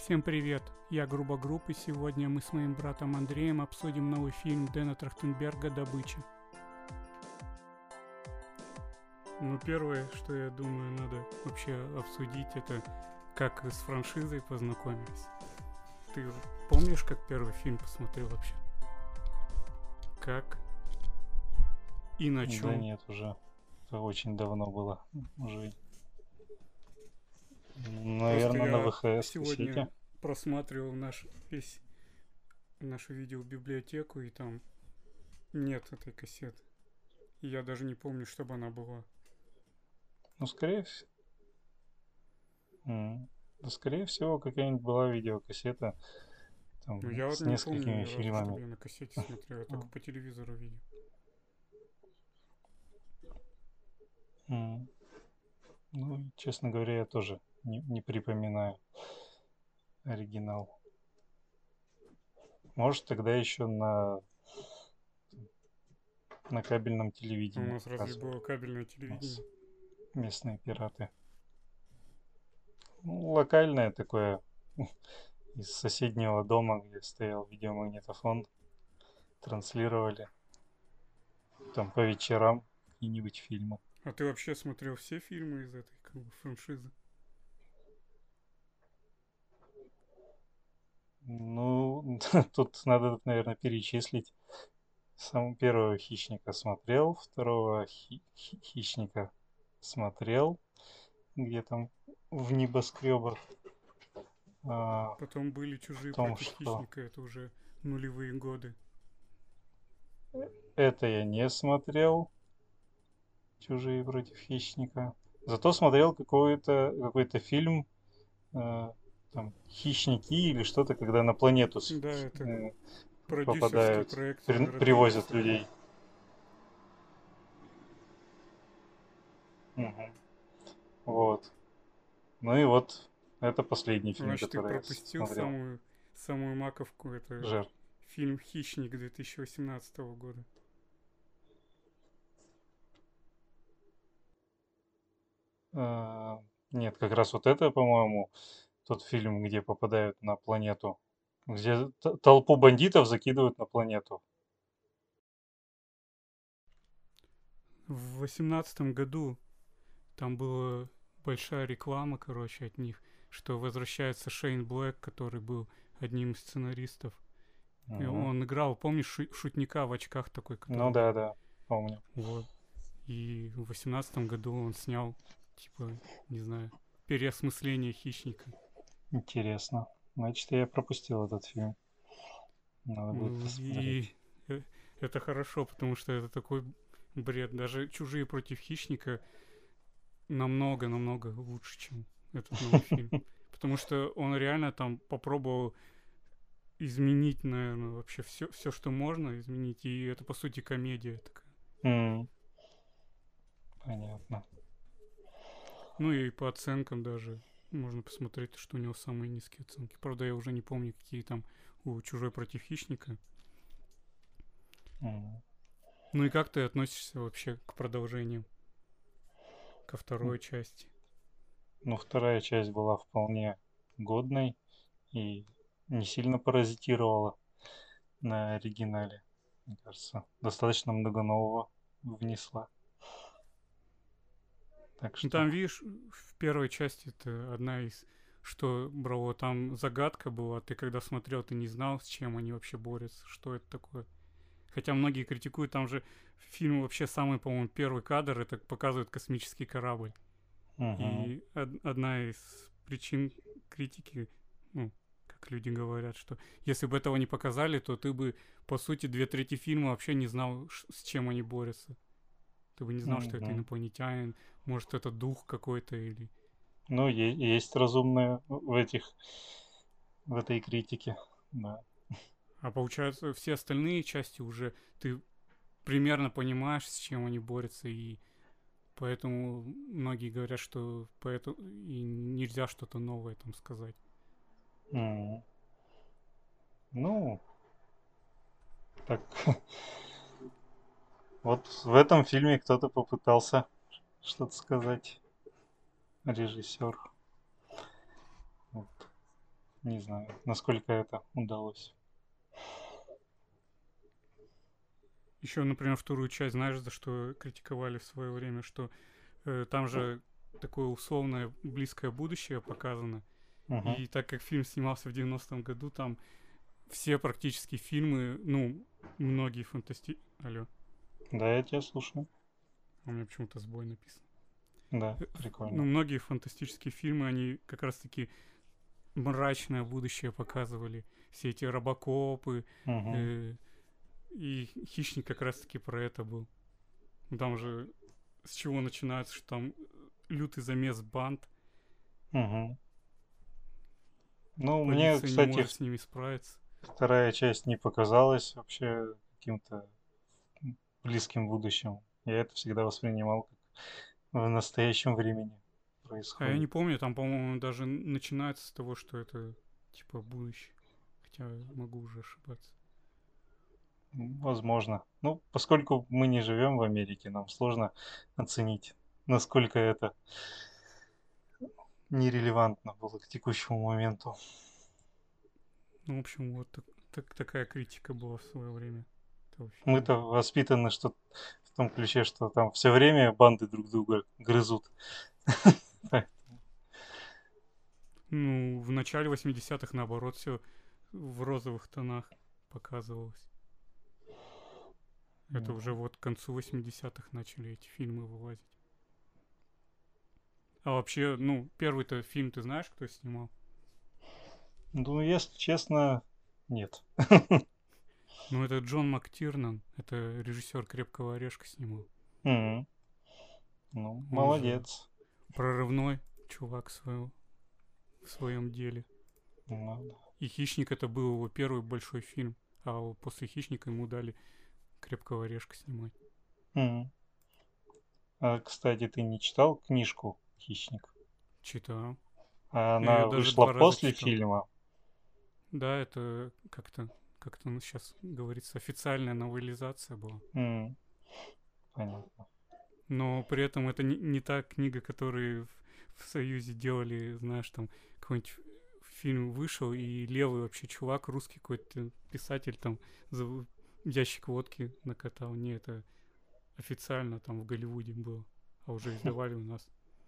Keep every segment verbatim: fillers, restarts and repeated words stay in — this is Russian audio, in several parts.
Всем привет, я Грубогрупп, и сегодня мы с моим братом Андреем обсудим новый фильм Дэна Трахтенберга «Добыча». Ну, первое, что я думаю, надо вообще обсудить, это как с франшизой познакомились. Ты помнишь, как первый фильм посмотрел вообще? Как? И на чем? Да нет, уже. Это очень давно было. Уже, Просто наверное, на я ВХС сегодня кассете. просматривал наш весь нашу видеобиблиотеку, и там нет этой кассеты. И я даже не помню, чтобы она была. Ну, скорее всего. Да, скорее всего, какая-нибудь была видеокассета Ну, там я вот с не помню несколькими ни разу, чтобы фильмами. я на кассете смотрел. Я только М, по телевизору видел. м. Ну, честно говоря, я тоже не, не припоминаю оригинал. Может, тогда еще на, на кабельном А у телевидении нас разве показывали было кабельное у нас телевидение? местные пираты. Ну, локальное такое, из соседнего дома, где стоял видеомагнитофон, транслировали там по вечерам какие-нибудь фильмы. А ты вообще смотрел все фильмы из этой как бы франшизы? Ну, тут надо, наверное, перечислить. Самого первого хищника смотрел, второго хи- хи- хищника смотрел, где там в небоскребах. А, Потом были «Чужие Потом против что? хищника», это уже нулевые годы. Это я не смотрел. Чужие против хищника. Зато смотрел какой-то какой-то фильм, э, там, хищники или что-то, когда на планету с- Да, это э, продюсерский попадают, проект при- привозят Родригеса был. людей. Мгм. Вот. Ну и вот это последний фильм, Значит, ты который я с- пропустил смотрел. самую, самую маковку. Это Жер. фильм «Хищник» две тысячи восемнадцатого года. Э, Нет, как раз вот это, по-моему, тот фильм, где попадают на планету. Где т- толпу бандитов закидывают на планету. В восемнадцатом году там была большая реклама, короче, от них, что возвращается Шейн Блэк, который был одним из сценаристов. И Мгм. он играл, помнишь, шу- шутника в очках такой, Ну который был? да, да, помню. Вот. И в восемнадцатом году он снял, типа, не знаю, переосмысление «Хищника». Интересно. Значит, я пропустил этот фильм. Надо будет Ну и посмотреть. э, это хорошо, потому что это такой бред. Даже «Чужие против хищника» намного-намного лучше, чем этот новый фильм. Потому что он реально там попробовал изменить, наверное, вообще все, все, что можно изменить. И это, по сути, комедия такая. М, Понятно. Ну и по оценкам даже можно посмотреть, что у него самые низкие оценки. Правда, я уже не помню, какие там у «Чужой против хищника». М. Ну и как ты относишься вообще к продолжению, ко второй части? Ну, вторая часть была вполне годной и не сильно паразитировала на оригинале. Мне кажется, достаточно много нового внесла. Так Ну что, там, видишь, в первой части это одна из что брало, там загадка была, ты когда смотрел, ты не знал, с чем они вообще борются, что это такое. Хотя многие критикуют, там же фильм вообще самый, по-моему, первый кадр, это показывает космический корабль. мгм. И од- одна из причин критики, ну, как люди говорят, что если бы этого не показали, то ты бы, по сути, две трети фильма вообще не знал, ш- с чем они борются. Ты бы не знал, что это Мгм. инопланетянин, может, это дух какой-то или... Ну, е- есть разумное в этих, в этой критике. Да. А получается, все остальные части уже ты примерно понимаешь, с чем они борются, и поэтому многие говорят, что поэтому и нельзя что-то новое там сказать. М. Ну, так вот в этом фильме кто-то попытался что-то сказать, режиссер. Вот. не знаю, насколько это удалось. Еще, например, вторую часть, знаешь, за что критиковали в свое время, что э, там же такое условное близкое будущее показано. Угу. И так как фильм снимался в девяностом году, там все практически фильмы, ну, многие фантасти... Алло, Да, я тебя слушаю. у меня почему-то сбой написан. Да, Э, Ну, прикольно. многие фантастические фильмы, они как раз-таки мрачное будущее показывали. Все эти робокопы. Угу. Э, и «Хищник» как раз-таки про это был. Там же с чего начинается, что там лютый замес банд, Угу. Ну, мне, полиция не кстати, может с ними справиться. вторая часть не показалась вообще каким-то близким будущим. Я это всегда воспринимал как в настоящем времени А я происходит. не помню, там, по-моему, даже начинается с того, что это типа будущее. Хотя могу уже ошибаться. Возможно. Ну, поскольку мы не живем в Америке, нам сложно оценить, насколько это нерелевантно было к текущему моменту. Ну, в общем, вот так, так- такая критика была в свое время этого фильма. Мы-то воспитаны что в том ключе, что там все время банды друг друга грызут. Ну, в начале восьмидесятых, наоборот, все в розовых тонах показывалось. Это уже вот к концу восьмидесятых начали эти фильмы вылазить. А вообще, ну, первый-то фильм ты знаешь, кто снимал? Ну, если честно, нет. Ну, это Джон МакТирнан. Это режиссер «Крепкого орешка» снимал. М. Ну, Он же молодец. прорывной чувак своего, в своем деле. Ну, да. И «Хищник» это был его первый большой фильм. А после «Хищника» ему дали «Крепкого орешка» снимать. М. А, кстати, ты не читал книжку «Хищник»? Читал. А Я ее она даже вышла два раза после читал. фильма? Да, это как-то, как-то ну, сейчас говорится, официальная новелизация была. М. Понятно. Но при этом это не, не та книга, которую в, в Союзе делали, знаешь, там какой-нибудь фильм вышел, и левый вообще чувак, русский какой-то писатель там за ящик водки накатал. Не, это официально там в Голливуде было, а уже издавали у нас.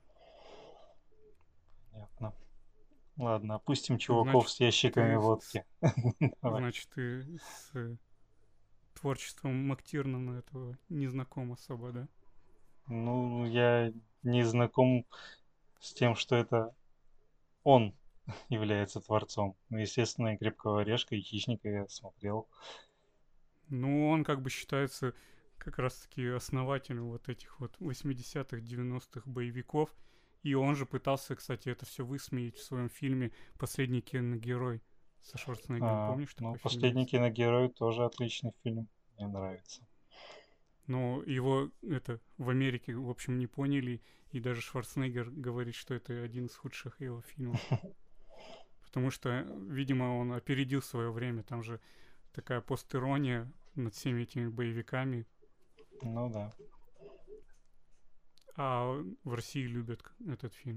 Понятно. Ладно, опустим Ну, чуваков значит, с ящиками ты, с- водки. Давай. значит, ты с э, творчеством Мактирнана этого не знаком особо, да? Ну, я не знаком с тем, что это он является творцом. Ну, естественно, и «Крепкого орешка», и «Хищника» я смотрел. Ну, он как бы считается как раз-таки основателем вот этих вот восьмидесятых, девяностых боевиков. И он же пытался, кстати, это все высмеять в своем фильме «Последний киногерой» со Шварценеггером. А, Помнишь, ну, такой фильм «Последний есть? киногерой» тоже отличный фильм. Мне нравится. Но его это в Америке, в общем, не поняли. И даже Шварценеггер говорит, что это один из худших его фильмов. Потому что, видимо, он опередил свое время. Там же такая постирония над всеми этими боевиками. Ну да. А в России любят этот фильм.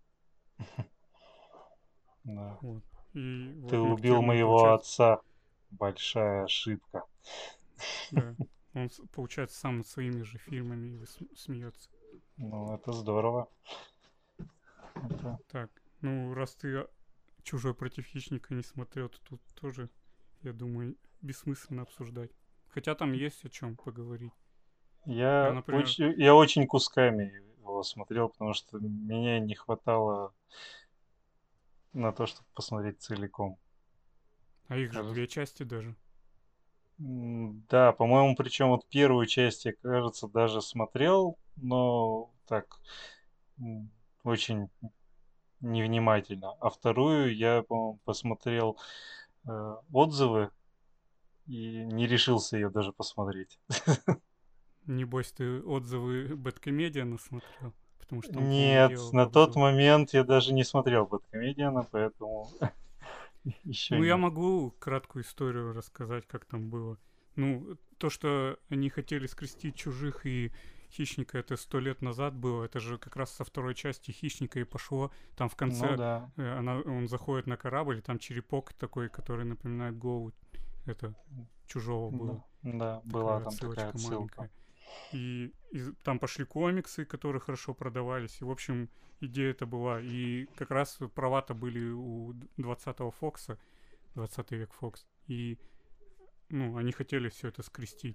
Да. Вот. И Ты вот убил Мактирнан, моего получается, отца. Большая ошибка. да, он, с- получается, сам над своими же фильмами и выс- смеется. Ну, это здорово. Это... Так, ну, раз ты а, «Чужой против хищника» не смотрел, то тут тоже, я думаю, бессмысленно обсуждать. Хотя там есть о чем поговорить. Я, Я например, очень, я очень кусками его смотрел, потому что меня не хватало на то, чтобы посмотреть целиком. а их же Кажется. две части даже. М, Да, по-моему, причем вот первую часть я, кажется, даже смотрел, но так м, очень невнимательно. А вторую я, по-моему, посмотрел э, отзывы и не решился ее даже посмотреть. Небось, ты отзывы Бэткомедиана смотрел, потому что он, по-моему, Нет, делал на тот обзор. момент я даже не смотрел Бэткомедиана, поэтому еще Ну, я нет. могу краткую историю рассказать, как там было. Ну, то, что они хотели скрестить «Чужих» и Хищника это сто лет назад было. Это же как раз со второй части Хищника и пошло. Там в Ну конце да, э, она, он заходит на корабль, и там черепок такой, который напоминает голову это чужого было. да, да, была Такая там такая отсылочка отсылка. маленькая. И, и там пошли комиксы, которые хорошо продавались. И, в общем, идея это была. И как раз права-то были у двадцатого Фокса, двадцатый век Фокс. И, ну, они хотели все это скрестить.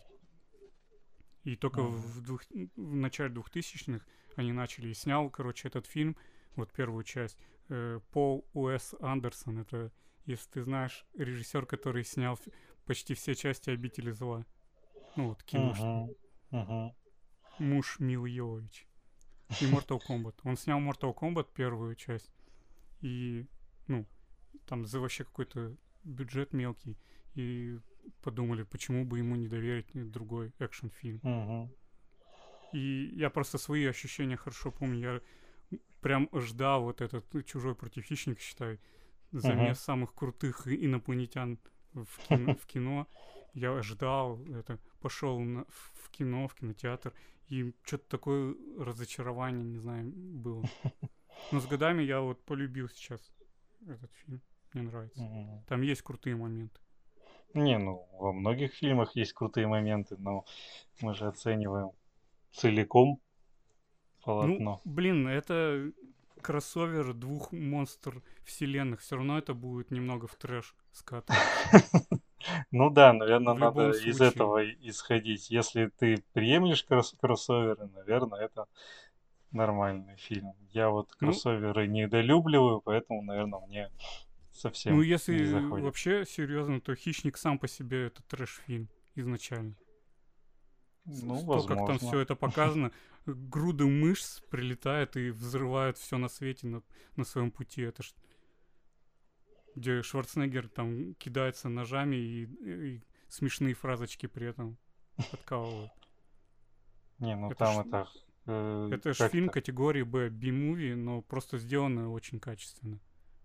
И только Мгм. в, двух, в начале двухтысячных они начали. И снял, короче, этот фильм, вот первую часть, э, Пол Уэс Андерсон. Это, если ты знаешь, режиссер, который снял ф- почти все части «Обители зла». Ну, вот киношные. Мгм. Мгм. Муж Милы Йовович. И Mortal Kombat. Он снял Mortal Kombat первую часть. И, ну, там за вообще какой-то бюджет мелкий. И подумали, почему бы ему не доверить другой экшн-фильм. Мгм. И я просто свои ощущения хорошо помню. Я прям ждал вот этот ну, «Чужой против хищника», считай, Мгм. замес самых крутых инопланетян в кино. В кино. Я ждал это, пошел на, в кино, в кинотеатр, и что-то такое разочарование, не знаю, было. Но с годами я вот полюбил сейчас этот фильм. Мне нравится. Мгм. Там есть крутые моменты. Не, ну, во многих фильмах есть крутые моменты, но мы же оцениваем целиком Ну, полотно. блин, это кроссовер двух монстр вселенных. Все равно это будет немного в трэш скатываться. Ну да, наверное, В любом надо из случае. этого и- исходить. Если ты приемлешь кросс- кроссоверы, наверное, это нормальный фильм. Я вот Ну, кроссоверы недолюбливаю, поэтому, наверное, мне ну, совсем не если заходит. вообще серьезно, то «Хищник» сам по себе это трэш-фильм изначально. Ну, То, как там возможно. все это показано, груды мышц прилетают и взрывают все на свете на, на своем пути. Это ж где Шварценеггер там кидается ножами и, и смешные фразочки при этом подкалывает. Не, ну Это там ж, это э, это ж фильм как-то, категории Б, би-муви, но просто сделано очень качественно.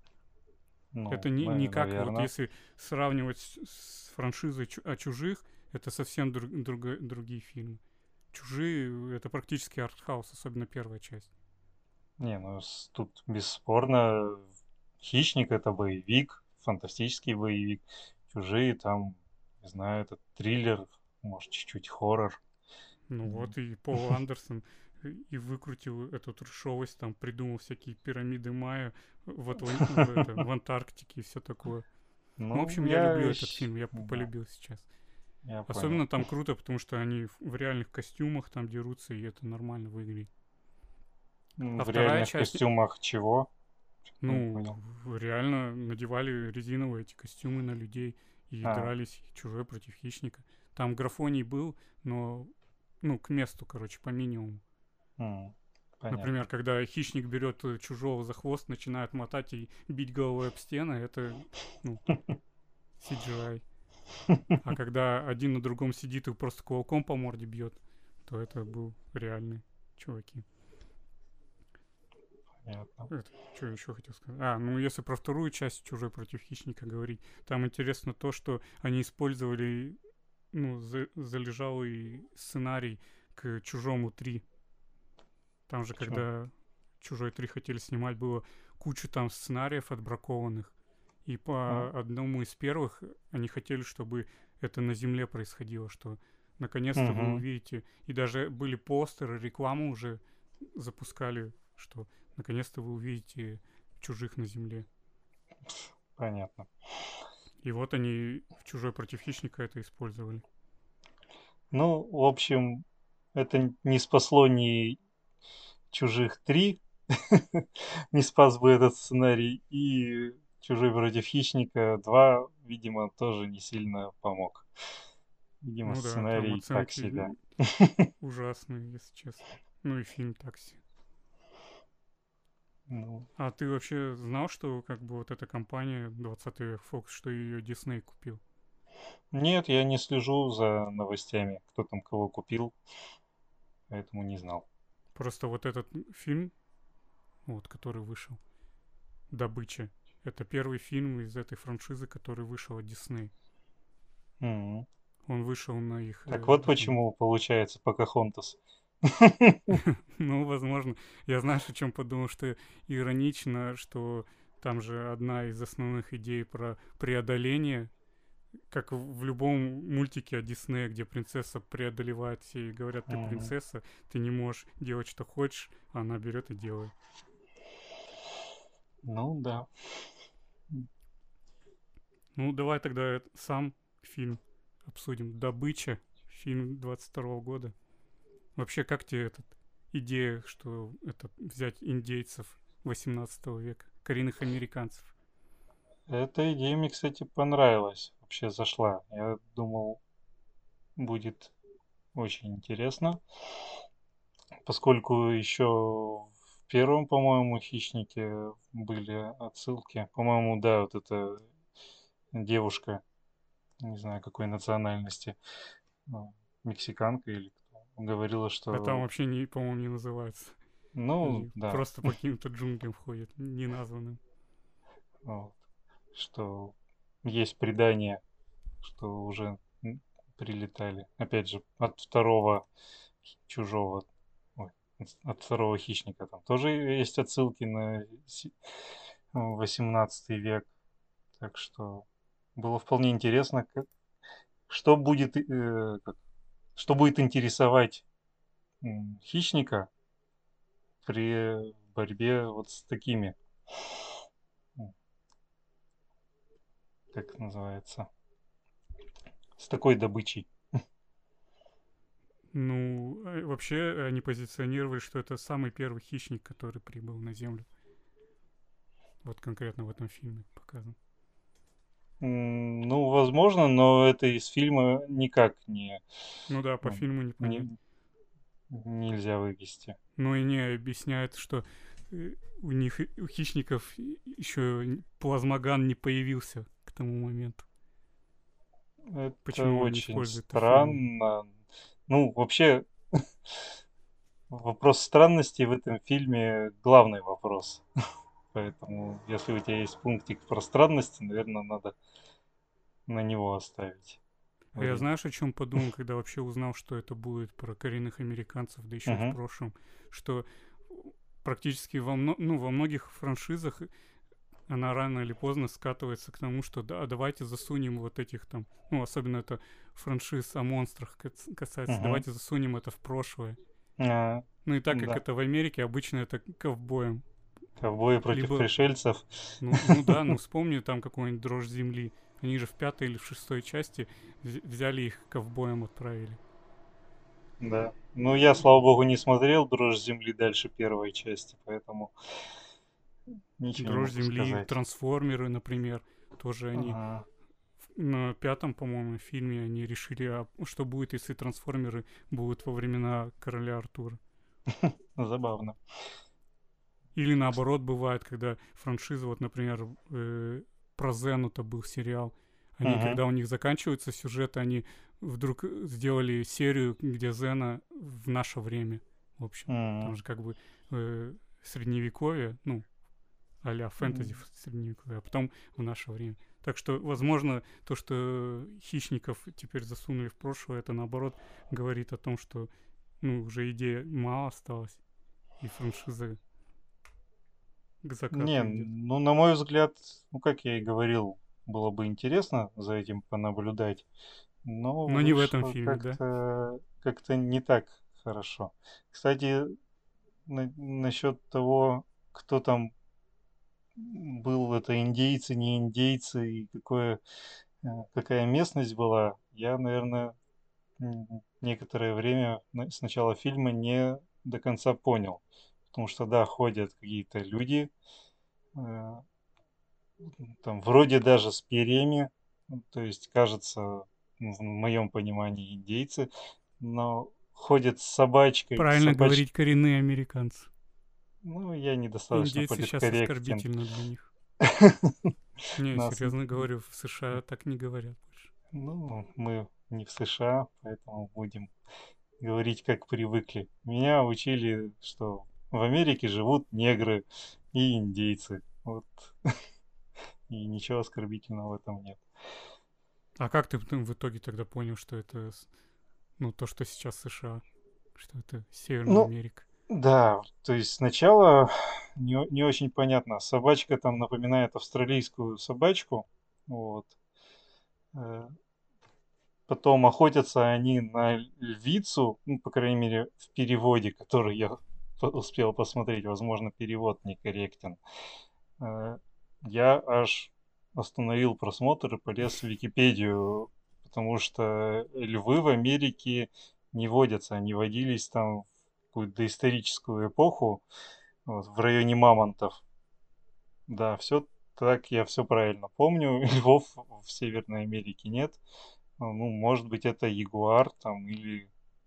Это ну, не, не как вот наверное. если сравнивать с, с франшизой чу- о «Чужих», это совсем друг, друго- другие фильмы. «Чужие» — это практически артхаус, особенно первая часть. Не, ну с- тут бесспорно «Хищник» это боевик, фантастический боевик. «Чужие» там, не знаю, это триллер, может, чуть-чуть хоррор. Ну М. вот и Пол Андерсон э, и выкрутил эту трешовость, там придумал всякие пирамиды майя в, Атлан- в, это, в Антарктике и все такое. Ну, в Ну, общем, я я, люблю этот щ- фильм, я п- да, полюбил сейчас. я понял. Особенно там круто, потому что они в, в реальных костюмах там дерутся, и это нормально выглядит. М, А В вторая реальных часть, костюмах чего? Не ну, понял. в- реально надевали резиновые эти костюмы на людей и А, дрались чужой против хищника. Там графоний был, но, ну, к месту, короче, по минимуму. м, Например, понятно. когда хищник берет э, чужого за хвост, начинает мотать и бить головой об стены, это, ну, си джи ай. А когда один на другом сидит и просто кулаком по морде бьет, то это был реальный чуваки. Понятно. Это, что еще хотел сказать? А, ну если про вторую часть «Чужой против хищника» говорить, там интересно то, что они использовали, ну, за, залежалый сценарий к «Чужому три». Там же, Почему? когда «Чужой три» хотели снимать, было кучу там сценариев отбракованных. И Ну, по одному из первых они хотели, чтобы это на Земле происходило, что наконец-то вы мгм, увидите. И даже были постеры, рекламу уже запускали, что наконец-то вы увидите чужих на Земле. понятно. И вот они в «Чужой против хищника» это использовали. Ну, в общем, это н- не спасло ни «Чужих три», не спас бы этот сценарий, и «Чужой против хищника два», видимо, тоже не сильно помог. Видимо, Ну да, там сценарий так себе. оценки ужасные, если честно. Ну и фильм такси. Ну, А ты вообще знал, что как бы вот эта компания двадцатый век Fox, что ее Дисней купил? нет, я не слежу за новостями, кто там кого купил, поэтому не знал. Просто вот этот фильм, вот, который вышел, «Добыча», это первый фильм из этой франшизы, который вышел от Дисней. М. Он вышел на их Так э, вот этом... почему получается Покахонтас Ну, возможно. Я, знаешь, о чем подумал, что иронично, что там же одна из основных идей про преодоление, как в в любом мультике от Диснея, где принцесса преодолевает все и говорят, ты Мгм. принцесса, ты не можешь делать, что хочешь, а она берет и делает. Ну да. Ну, давай тогда э- сам фильм обсудим. «Добыча», фильм двадцать второго года. Вообще, как тебе эта идея, что это взять индейцев восемнадцатого века, коренных американцев? Эта идея мне, кстати, понравилась. Вообще зашла. Я думал, будет очень интересно, поскольку еще в первом, по-моему, «Хищнике» были отсылки. По-моему, да, вот эта девушка, не знаю, какой национальности, ну, мексиканка или кто, говорила, А там что, вообще, не, по-моему, не называется. ну, Они да, просто по каким-то джунглям ходят, неназванным. вот, что есть предание, что уже м, прилетали. Опять же, от второго чужого, ой, от от второго хищника там тоже есть отсылки на си- восемнадцатый век. Так что было вполне интересно, как- что будет, э, как- что будет интересовать м, хищника при борьбе вот с такими, м, как называется, с такой добычей. Ну, э, вообще они позиционировали, что это самый первый хищник, который прибыл на Землю. Вот конкретно в этом фильме показано. М, Ну, возможно, но это из фильма никак не, Ну да, по ну, фильму не понять. не- нельзя вывести. Ну и не объясняет, что э, у них, у хищников еще плазмоган не появился к тому моменту. Это Почему он не очень использует это в фильме? странно. Ну, вообще, вопрос странности в этом фильме главный вопрос. Поэтому, если у тебя есть пунктик про странности, наверное, надо на него оставить А я время. знаешь, о чем подумал, когда вообще узнал, что это будет про коренных американцев, да еще и в Мгм. прошлом, что практически во, мно- ну, во многих франшизах она рано или поздно скатывается к тому, что да, давайте засунем вот этих там, ну, особенно это франшиз о монстрах касается, Мгм. давайте засунем это в прошлое. А, Ну и так как да. это в Америке, обычно это ковбоем. Ковбои против Либо, пришельцев. ну, ну да, ну вспомни там какой-нибудь «Дрожь земли». Они же в пятой или в шестой части взяли их ковбоем, отправили. Да. Ну, я, слава богу, не смотрел «Дрожь земли» дальше первой части, поэтому ничего не «Дрожь могу земли», сказать. «Трансформеры», например, тоже они Ага, на пятом, по-моему, фильме они решили, а что будет, если трансформеры будут во времена короля Артура. забавно. Или наоборот бывает, когда франшиза, вот, например, э, про Зену-то был сериал, они, Мгм. когда у них заканчивается сюжет, они вдруг сделали серию, где Зена в наше время, в общем. М. Там же как бы э, средневековье, ну, а-ля фэнтези М. в средневековье, а потом в наше время. Так что, возможно, то, что хищников теперь засунули в прошлое, это наоборот говорит о том, что ну, уже идея мало осталось, и франшиза к Не, закату идет. ну, на мой взгляд, ну, как я и говорил, было бы интересно за этим понаблюдать, но Но не в этом вышло фильме, да? как-то как-то не так хорошо. Кстати, на- насчет того, кто там был, это индейцы, не индейцы, и какое, э, какая местность была, я, наверное, некоторое время на- с начала фильма не до конца понял. Потому что, да, ходят какие-то люди, э, там вроде даже с перьями, ну, то есть кажется, ну, в моем понимании индейцы, но ходят с собачкой, Правильно собач... говорить коренные американцы. Ну, я недостаточно Индейцы сейчас политкорректен. оскорбительно для них. Не, Нас, н- серьезно говорю, в США так не говорят больше. ну, мы не в США, поэтому будем говорить, как привыкли. Меня учили, что в Америке живут негры и индейцы. Вот. И ничего оскорбительного в этом нет. А как ты потом в итоге тогда понял, что это, ну, то, что сейчас США? что это Северная Ну, Америка. да, то есть сначала не, о- не очень понятно. Собачка там напоминает австралийскую собачку. Вот. Э, Потом охотятся они на львицу, ну, по крайней мере, в переводе, который я по- успел посмотреть. Возможно, перевод некорректен. Э, Я аж остановил просмотр и полез в Википедию, потому что львы в Америке не водятся. Они водились там в какую-то доисторическую эпоху, вот, в районе мамонтов. Да, все так, я все правильно помню. Львов в Северной Америке нет. Ну, ну, может быть, это ягуар там или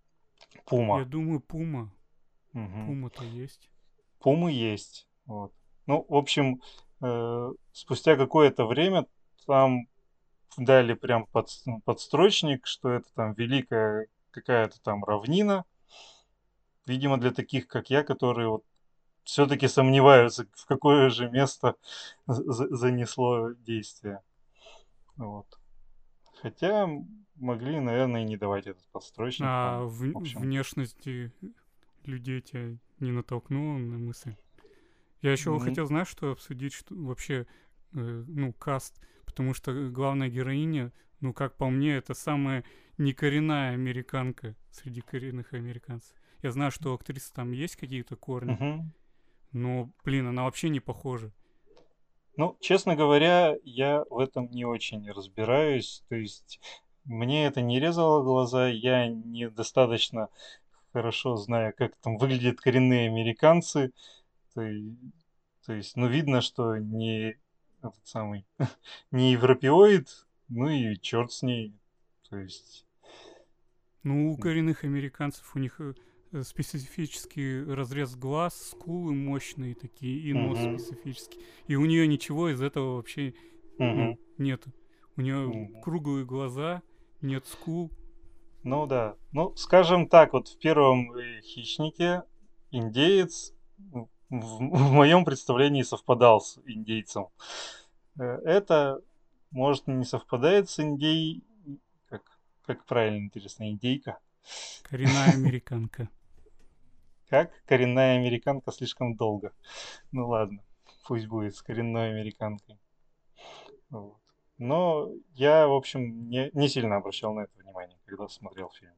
Я пума. думаю, Пума. Мгм. Пума-то есть. Пумы есть. Вот. Ну, в общем, э, спустя какое-то время там дали прям под, подстрочник, что это там великая какая-то там равнина. Видимо, для таких, как я, которые вот все-таки сомневаются, в какое же место за- занесло действие. Вот. Хотя могли, наверное, и не давать этот подстрочник. А Он, в, в общем, внешности людей тебя не натолкнуло на мысль? Я еще м, хотел, знаешь, что обсудить, что вообще, э, ну, каст, потому что главная героиня, ну, как по мне, это самая некоренная американка среди коренных американцев. Я знаю, что у актрисы там есть какие-то корни, мгм. но, блин, она вообще не похожа. Ну, честно говоря, я в этом не очень разбираюсь. То есть мне это не резало глаза, я недостаточно хорошо знаю, как там выглядят коренные американцы. То, и- то есть, ну, видно, что не этот самый, не европеоид, ну и черт с ней. То есть, Ну, у м, коренных американцев у них э, э, специфический разрез глаз, скулы мощные такие и нос мгм, специфический. И у нее ничего из этого вообще, мгм, ну, нет. У нее мгм. круглые глаза, нет скул. Ну да. Ну, скажем так, вот в первом э, «Хищнике» индеец в, в моем представлении совпадал с индейцем. Э, Это, может, не совпадает с индей... Как, как правильно, интересно, индейка? Коренная американка. Как? Коренная американка слишком долго. Ну ладно, пусть будет с коренной американкой. Вот. Но я, в общем, не, не сильно обращал на это внимание, когда смотрел фильм.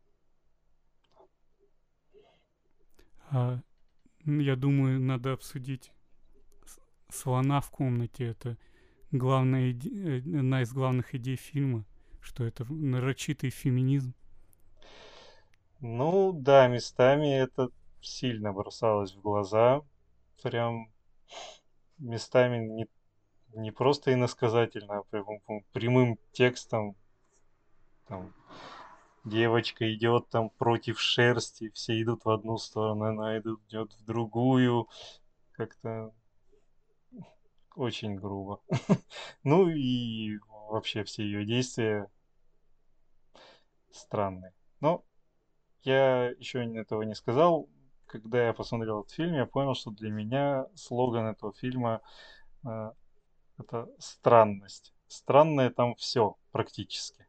А, м, я думаю, надо обсудить с- слона в комнате. Это главная иде- э, одна из главных идей фильма, что это нарочитый феминизм. Ну да, местами это сильно бросалось в глаза. Прям местами не, не просто иносказательно, а прям прям прямым текстом. Там девочка идет там против шерсти, все идут в одну сторону, она идет, идет в другую. Как-то очень грубо. Ну и вообще все ее действия странные. Но я еще этого не сказал. Когда я посмотрел этот фильм, я понял, что для меня слоган этого фильма э, это странность. Странное там все практически.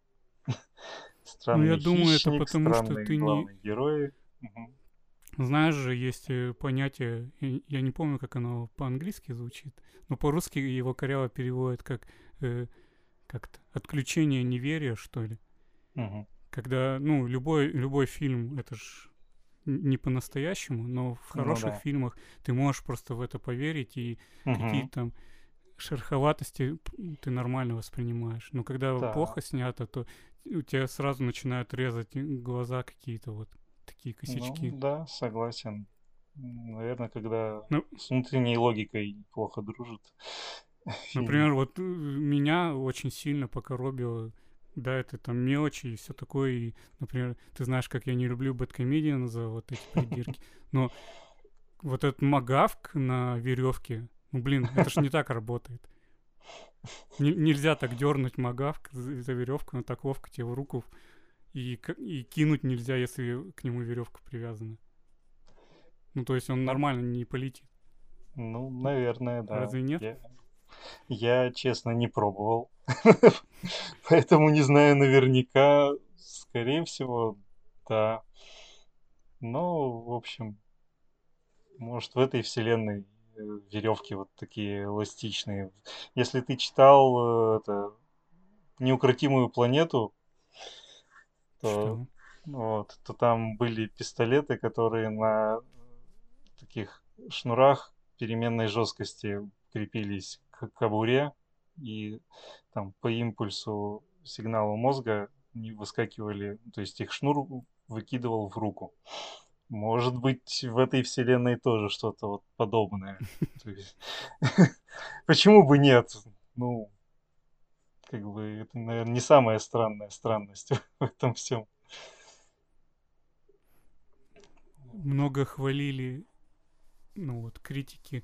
Ну, я Странный думаю, это хищник, потому, что странные ты не... главные герои. Мгм. Знаешь же, есть э, понятие, я я не помню, как оно по-английски звучит, но по-русски его коряво переводят как э, как-то отключение неверия, что ли. Мгм. Когда, ну, любой, любой фильм, это ж не по-настоящему, но в Ну хороших да. фильмах ты можешь просто в это поверить, и Мгм. какие-то там шероховатости п- ты нормально воспринимаешь. Но когда Да. плохо снято, то у тебя сразу начинают резать глаза какие-то вот такие Ну косячки. да, согласен. Наверное, когда Ну, с внутренней логикой плохо дружит фильм. например, вот э, меня очень сильно покоробило, да, это там мелочи и все такое. И, например, ты знаешь, как я не люблю бэдкомедиан за вот эти придирки. Но вот этот магавк на веревке, ну блин, это ж не так работает. Н- нельзя так дернуть магавк за, за веревку, она так ловко тебе в руку. И, к- и кинуть нельзя, если к нему веревка привязана. Ну, то есть он Ну, нормально не полетит. ну, наверное, да. Разве нет? Я, я, честно, не пробовал. Поэтому не знаю наверняка. Скорее всего, да. Ну, в общем, может, в этой вселенной веревки вот такие эластичные. Если ты читал э, это, «Неукротимую планету», то, Читал. вот, то там были пистолеты, которые на таких шнурах переменной жесткости крепились к кобуре, и там по импульсу сигналу мозга не выскакивали, то есть их шнур выкидывал в руку. Может быть, в этой вселенной тоже что-то вот подобное. То есть, почему бы нет? Ну, как бы это, наверное, не самая странная странность в этом всем. Много хвалили, ну вот, критики,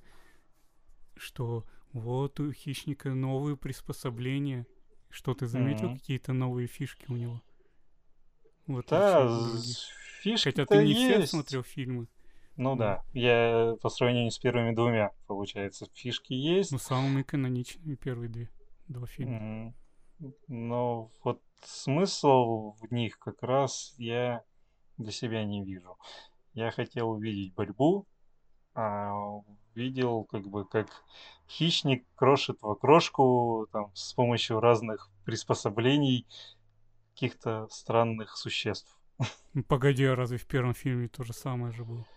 что вот у хищника новые приспособления. Что ты заметил, Мгм. какие-то новые фишки у него, в Да, отличие от других? Хотя ты фишки-то не все есть. смотрел фильмы, Ну вот. да, я по сравнению с первыми двумя, получается, фишки Ну, есть. самыми каноничными первые две, два фильма. Мгм. Но вот смысл в них как раз я для себя не вижу. Я хотел увидеть борьбу, а видел как бы как хищник крошит в окрошку там с помощью разных приспособлений каких-то странных существ. Ну, погоди, а разве в первом фильме то же самое же было?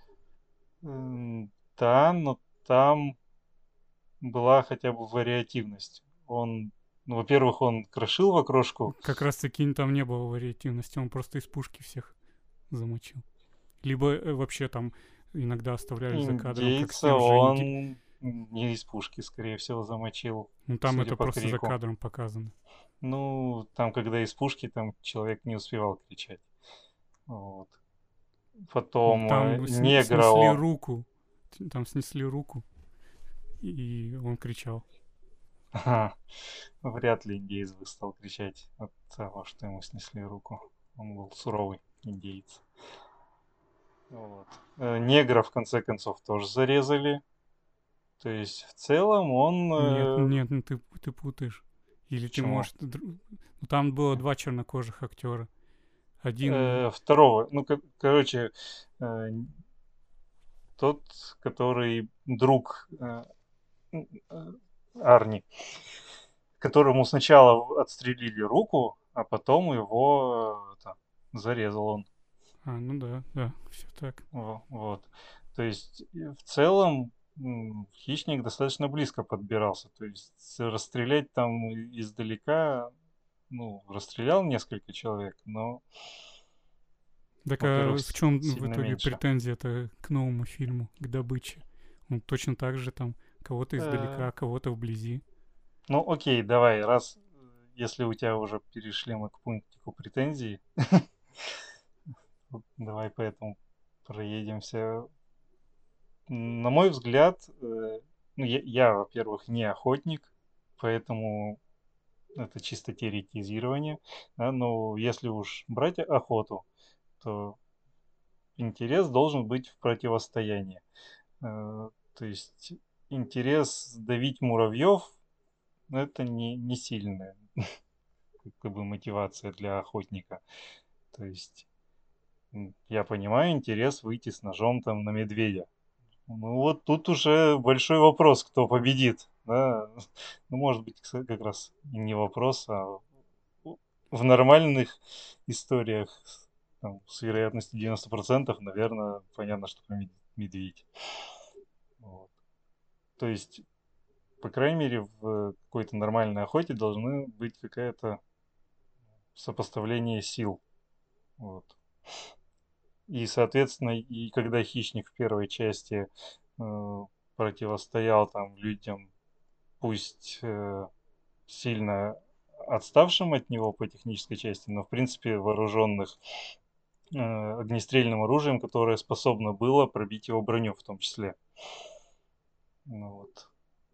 М, Да, но там была хотя бы вариативность. Он, ну, во-первых, он крошил в окрошку Как раз таки там не было вариативности, он просто из пушки всех замочил. Либо э, вообще там иногда оставляли за кадром, как с индейца, тем же инди... он не из пушки, скорее всего, замочил, Ну там судя это по просто за крику. кадром показано. Ну, там, когда из пушки, там человек не успевал кричать. Вот. Ну, Потом э, там сне- негра снесли он. руку. Там снесли руку, и он кричал. Ага, вряд ли индеец бы стал кричать от того, что ему снесли руку. Он был суровый индеец. Вот. Э, Негра, в конце концов, тоже зарезали. То есть, в целом, он... Нет, э, нет, ну ты, ты путаешь. Или ты Почему? можешь... дру- Ну, там было два чернокожих актера. Один... Э, второго. Ну, ко- короче, э, тот, который друг э, м, э, Арни, которому сначала отстрелили руку, а потом его э, это, зарезал он. А, ну да, да, все так. Во- Вот. То есть, э, в целом, м, хищник достаточно близко подбирался. То есть, расстрелять там издалека, ну, расстрелял несколько человек, но, Так во-первых, а в с- чем в сильно итоге меньше. претензия-то к новому фильму, к добыче? Он точно так же там кого-то Э, издалека, кого-то вблизи. Ну, окей, давай, раз, э, если у тебя уже перешли мы к пунктику претензий, вот давай поэтому проедемся. На мой взгляд, э, ну, я, я, во-первых, не охотник, поэтому это чисто теоретизирование, да, но если уж брать охоту, то интерес должен быть в противостоянии. Э, То есть интерес давить муравьев, ну, это не, не сильная как бы мотивация для охотника. То есть м, я понимаю интерес выйти с ножом там на медведя. Ну вот тут уже большой вопрос, кто победит. Да? Ну, может быть, кстати, как раз и не вопрос, а у- в нормальных историях с там, с вероятностью девяносто процентов, наверное, понятно, что победит медведь. Вот. То есть, по крайней мере, в какой-то нормальной охоте должны быть какая-то сопоставление сил. Вот. И, соответственно, и когда хищник в первой части э, противостоял там людям, пусть э, сильно отставшим от него по технической части, но в принципе вооруженных э, огнестрельным оружием, которое способно было пробить его броню в том числе. Ну, вот.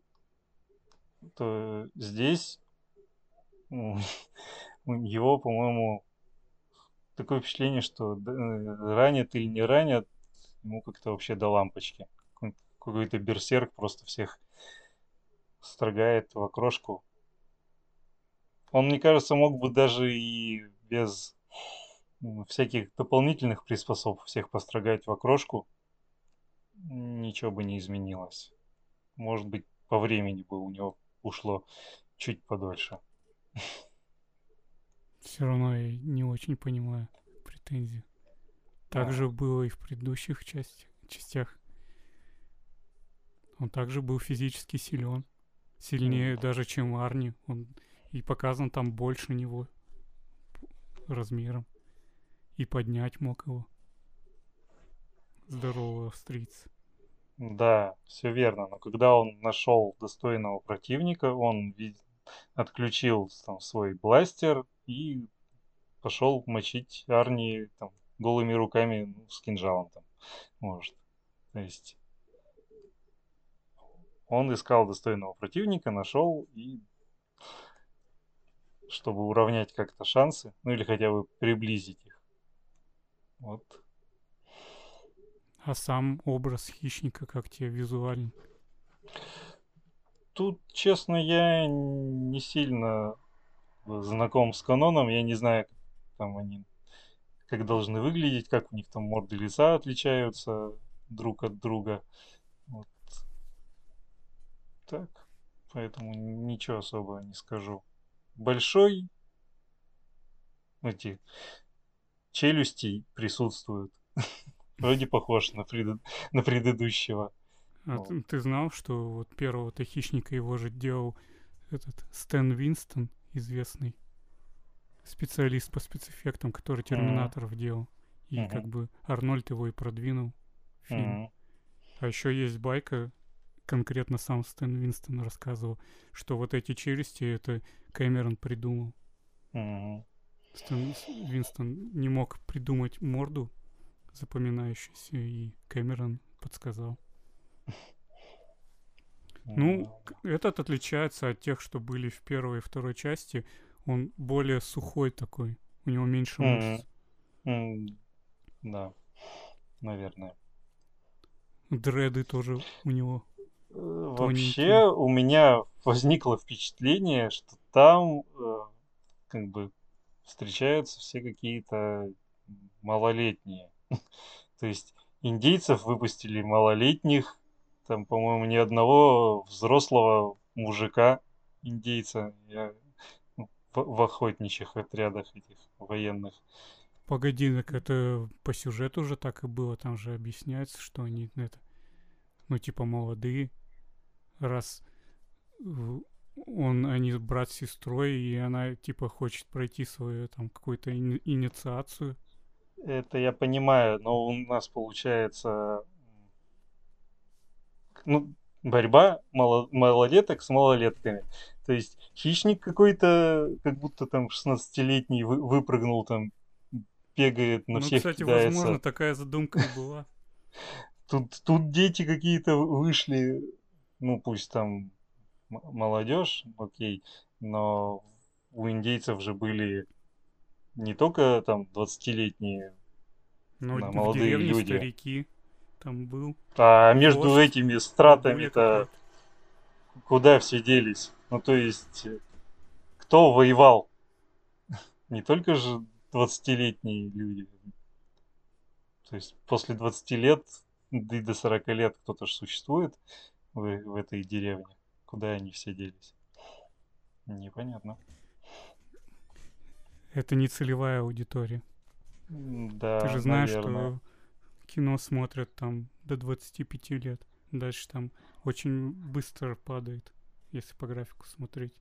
То здесь м, его, по-моему, такое впечатление, что д- э, ранят или не ранят, ему как-то вообще до лампочки. Какой- Какой-то берсерк просто всех строгает в окрошку. Он, мне кажется, мог бы даже и без м, всяких дополнительных приспособ всех построгать в окрошку, ничего бы не изменилось. Может быть, по времени бы у него ушло чуть подольше. Все равно я не очень понимаю претензии. Так А, же было и в предыдущих части, частях. Он также был физически силен. м, Сильнее даже, чем Арни. Он и показан там больше него размером. И поднять мог его. Здорового австрийца. да, все верно. Но когда он нашел достойного противника, он ви- отключил там свой бластер и пошел мочить Арни там, голыми руками, ну, с кинжалом там, может. То есть он искал достойного противника, нашел, и чтобы уравнять как-то шансы, ну или хотя бы приблизить их. Вот. А сам образ хищника как тебе визуально? Тут, честно, я не сильно знаком с каноном, я не знаю, как там они, как должны выглядеть, как у них там морды лица отличаются друг от друга. Вот так. Поэтому ничего особо не скажу. Большой, эти челюсти присутствуют. Вроде похож на, преду- на предыдущего. А Вот. ты, ты знал, что вот первого-то хищника его же делал этот Стэн Винстон, известный специалист по спецэффектам, который М, Терминаторов делал. И как мгм, бы Арнольд его и продвинул в фильм. м, А еще есть байка, конкретно сам Стэн Винстон рассказывал, что вот эти челюсти это Кэмерон придумал. м, Стэн Винстон не мог придумать морду запоминающуюся, и Кэмерон подсказал. Ну, м, этот отличается от тех, что были в первой и второй части. Он более сухой такой. У него меньше м, мышц. м, да, наверное. Дреды тоже у него Э, тоненькие. Вообще у меня возникло впечатление, что там э, как бы встречаются все какие-то малолетние. То есть индейцев выпустили малолетних, там, по-моему, ни одного взрослого мужика индейца я, ну, в, в охотничьих отрядах этих военных. Погоди, так это по сюжету уже так и было. Там же объясняется, что они это, ну, типа молодые. Раз э, он, они брат с сестрой, и она, типа, хочет пройти свою, там, какую-то ини- инициацию. Это я понимаю, но у нас получается, ну, борьба мало- малолеток с малолетками. То есть хищник какой-то, как будто там шестнадцатилетний вы- выпрыгнул там, бегает, на Ну, всех кстати, возможно, кидается. такая задумка и была. Тут, тут дети какие-то вышли, ну пусть там м- молодежь, окей, но у индейцев же были не только там двадцатилетние Но да, в молодые деревне люди, старики. Там был а между вождь, этими бабуля стратами-то какая-то. куда все делись? Ну то есть э, кто воевал? Не только же двадцатилетние люди. То есть после двадцати лет, да и до сорока лет кто-то же существует в, в этой деревне. Куда они все делись? Непонятно. Это не целевая аудитория. М, Ты Да, же знаешь, наверное. что кино смотрят там до двадцати пяти лет. Дальше там очень быстро падает, если по графику смотреть.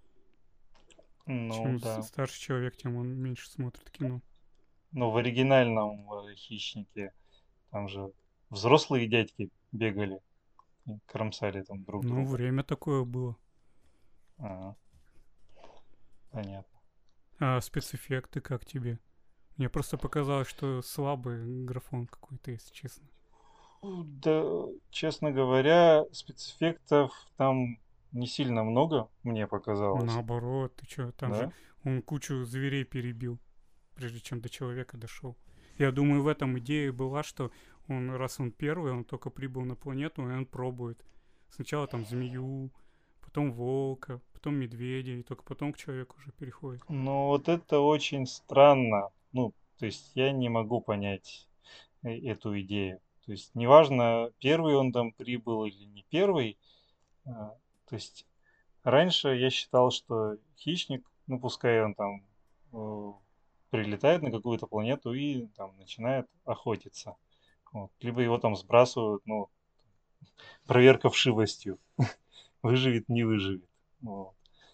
Ну Чем да. старше человек, тем он меньше смотрит кино. Но в оригинальном э, «Хищнике» там же взрослые дядьки бегали, и кромсали там друг Ну, друга. время такое было. Ага, понятно. А спецэффекты как тебе? Мне просто показалось, что слабый графон какой-то, если честно. Ну, да, честно говоря, спецэффектов там не сильно много, мне показалось. Наоборот, ты чё, там же Да? он кучу зверей перебил, прежде чем до человека дошел. Я думаю, в этом идея была, что он, раз он первый, он только прибыл на планету, и он пробует. Сначала там змею, потом волка, потом медведя, и только потом к человеку уже переходит. Но вот это очень странно. Ну, То есть я не могу понять э, эту идею. То есть неважно, первый он там прибыл или не первый. а, То есть раньше я считал, что хищник, ну пускай он там э, прилетает на какую-то планету и там начинает охотиться. Вот. Либо его там сбрасывают, ну, проверка вшивостью. Выживет, не выживет. Вот.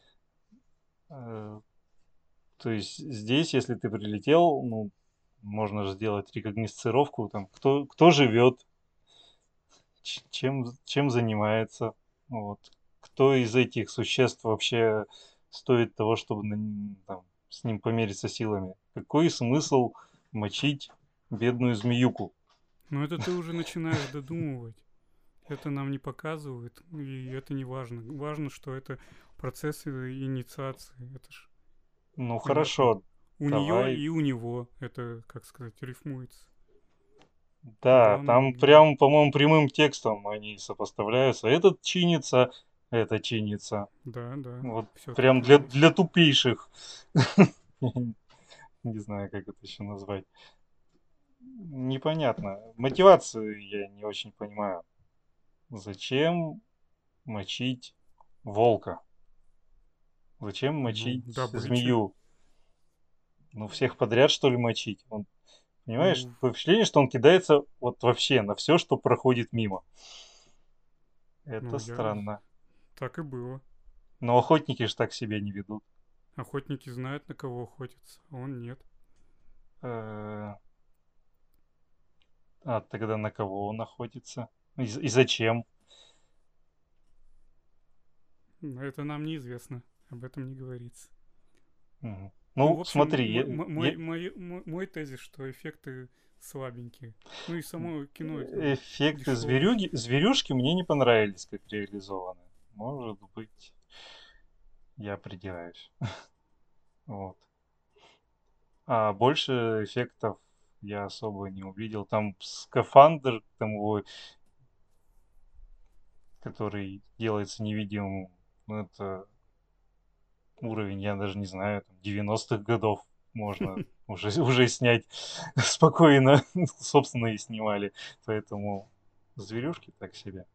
Э, То есть здесь, если ты прилетел, ну, можно же сделать рекогносцировку, там, кто, кто живет, ч- чем, чем занимается, вот. Кто из этих существ вообще стоит того, чтобы на н- там, с ним помериться силами. Какой смысл мочить бедную змеюку? Но это ты уже начинаешь додумывать. Это нам не показывают, и это не важно. Важно, что это процесс э, инициации. Это ж Ну понятно. хорошо, У нее давай. и у него это, как сказать, рифмуется. Да, Главное, там не- прям, по-моему, прямым текстом они сопоставляются. Этот чинится, это чинится. да, да, Вот все так прям и для, есть. для тупейших. Не знаю, как это еще назвать. Непонятно. Мотивацию я не очень понимаю. Зачем мочить волка? Зачем Ну, мочить добыча. змею? Ну, всех подряд, что ли, мочить? Он, понимаешь, Ну, такое впечатление, что он кидается вот вообще на все, что проходит мимо. Это ну, я... странно. Так и было. Но охотники же так себя не ведут. Охотники знают, на кого охотятся, а он нет. Э, А тогда на кого он охотится? И, з- и зачем? Но это нам неизвестно. Об этом не говорится. Мгм. Ну, в Ну, общем, смотри, мой, я- я- мой, мой, мой, мой тезис, что эффекты слабенькие. Ну и само кино это эффекты дешевое. зверюги, зверюшки мне не понравились, как реализованы. Может быть, я придираюсь. Вот. А больше эффектов я особо не увидел. Там скафандр, там его, который делается невидимым, ну, это уровень, я даже не знаю, там, девяностых годов можно уже, уже снять спокойно. Собственно, и снимали. Поэтому зверюшки так себе.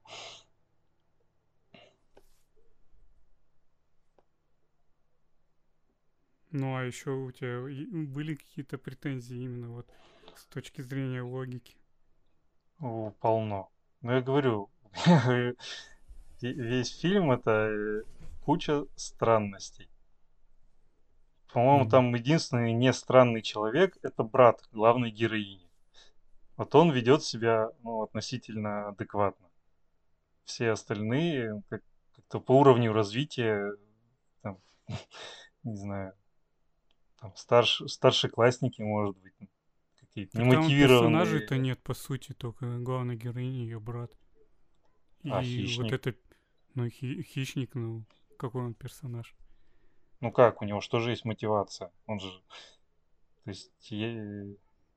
Ну а еще у тебя и- были какие-то претензии именно вот с точки зрения логики. О, полно. Но я говорю, ве- весь фильм это э, куча странностей. По-моему, Ну, там единственный не странный человек это брат главной героини. Вот он ведет себя ну, относительно адекватно. Все остальные как- как-то по уровню развития, там, не знаю, там старш, старшеклассники, может быть, ну, какие-то так там персонажей-то немотивированные. нет, по сути, только главной героини, ее брат. А И вот хищник? это, ну, хи- хищник, ну, какой он персонаж. Ну как, у него что же есть мотивация? Он же, то есть, е-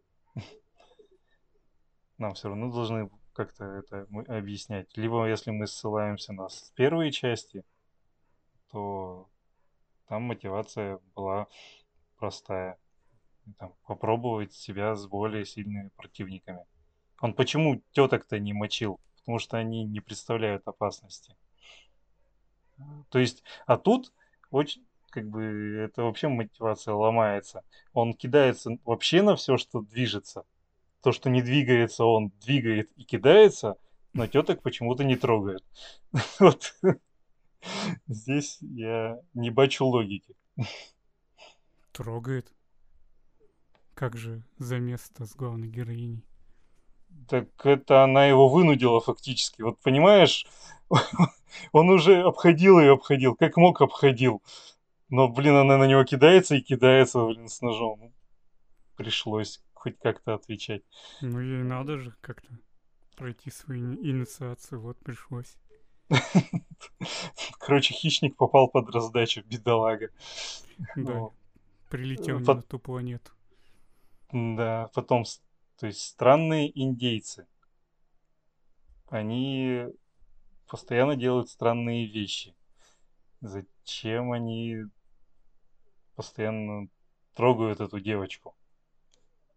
нам все равно должны как-то это мы- объяснять. Либо если мы ссылаемся на с- первые части, то там мотивация была простая. Там, попробовать себя с более сильными противниками. Он почему теток-то не мочил? Потому что они не представляют опасности. То есть, а тут очень, как бы, это вообще мотивация ломается. Он кидается вообще на все, что движется. То, что не двигается, он двигает и кидается, но теток почему-то не трогает. Вот здесь я не бачу логики. Трогает. Как же замес-то с главной героиней. Так это она его вынудила фактически. Вот понимаешь, он уже обходил и обходил, как мог обходил. Но, блин, она на него кидается и кидается, блин, с ножом. Ну, пришлось хоть как-то отвечать. Ну, ей надо же как-то пройти свою ини- инициацию, вот пришлось. Короче, хищник попал под раздачу, бедолага. Да, Вот. прилетел Э, не на пот- ту планету. Да, потом, с- то есть странные индейцы. Они постоянно делают странные вещи. Зачем они постоянно трогают эту девочку?